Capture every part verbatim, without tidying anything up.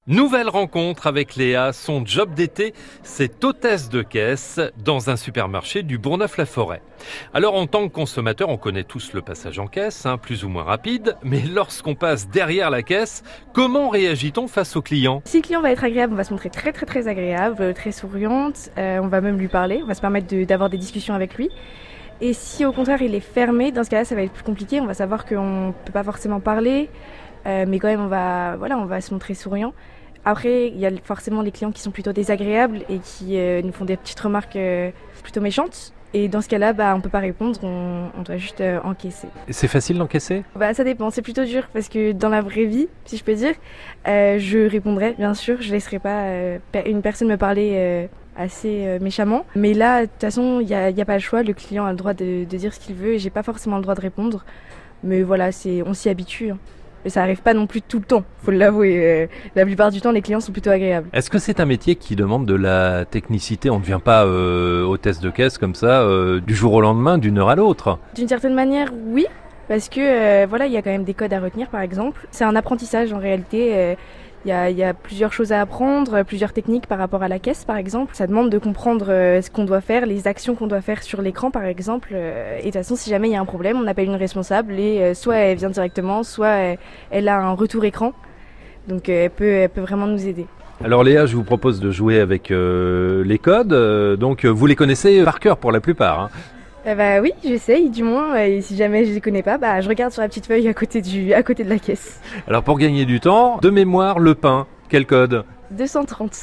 Nouvelle rencontre avec Léa. Son job d'été, c'est hôtesse de caisse dans un supermarché du Bourgneuf-la-Forêt. Alors en tant que consommateur, on connaît tous le passage en caisse, hein, plus ou moins rapide. Mais lorsqu'on passe derrière la caisse, comment réagit-on face au client ? Si le client va être agréable, on va se montrer très très très agréable, très souriante. Euh, on va même lui parler, on va se permettre de, d'avoir des discussions avec lui. Et si au contraire il est fermé, dans ce cas-là ça va être plus compliqué. On va savoir qu'on ne peut pas forcément parler, euh, mais quand même on va, voilà, on va se montrer souriant. Après, il y a forcément les clients qui sont plutôt désagréables et qui euh, nous font des petites remarques euh, plutôt méchantes. Et dans ce cas-là, bah, on ne peut pas répondre, on, on doit juste euh, encaisser. C'est facile d'encaisser ? Bah, ça dépend, c'est plutôt dur parce que dans la vraie vie, si je peux dire, euh, je répondrai, bien sûr, je ne laisserai pas euh, une personne me parler euh, assez euh, méchamment. Mais là, de toute façon, il n'y a, y a pas le choix, le client a le droit de, de dire ce qu'il veut et je n'ai pas forcément le droit de répondre. Mais voilà, c'est, on s'y habitue. Hein. Mais ça arrive pas non plus tout le temps, faut l'avouer. La plupart du temps, les clients sont plutôt agréables. Est-ce que c'est un métier qui demande de la technicité ? On ne devient pas euh, hôtesse de caisse comme ça, euh, du jour au lendemain, d'une heure à l'autre. D'une certaine manière, oui, parce que euh, voilà, il y a quand même des codes à retenir, par exemple. C'est un apprentissage en réalité. Euh, Il y, a, il y a plusieurs choses à apprendre, plusieurs techniques par rapport à la caisse par exemple. Ça demande de comprendre euh, ce qu'on doit faire, les actions qu'on doit faire sur l'écran par exemple. Euh, et de toute façon, si jamais il y a un problème, on appelle une responsable et euh, soit elle vient directement, soit elle, elle a un retour écran. Donc euh, elle, peut, elle peut vraiment nous aider. Alors Léa, je vous propose de jouer avec euh, les codes. Euh, donc vous les connaissez par cœur pour la plupart, hein. Euh, bah oui, j'essaye du moins. Et si jamais je les connais pas, bah je regarde sur la petite feuille à côté, du, à côté de la caisse. Alors pour gagner du temps, de mémoire, le pain, quel code ? deux cent trente.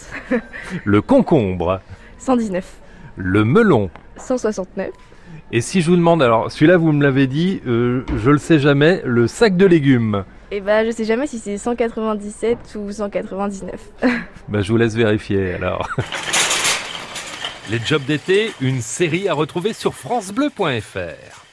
Le concombre. cent dix-neuf. Le melon. cent soixante-neuf. Et si je vous demande, alors celui-là vous me l'avez dit, euh, je le sais jamais, le sac de légumes. Et bah je sais jamais si c'est cent quatre-vingt-dix-sept ou cent quatre-vingt-dix-neuf. Bah je vous laisse vérifier alors. Les jobs d'été, une série à retrouver sur francebleu point fr.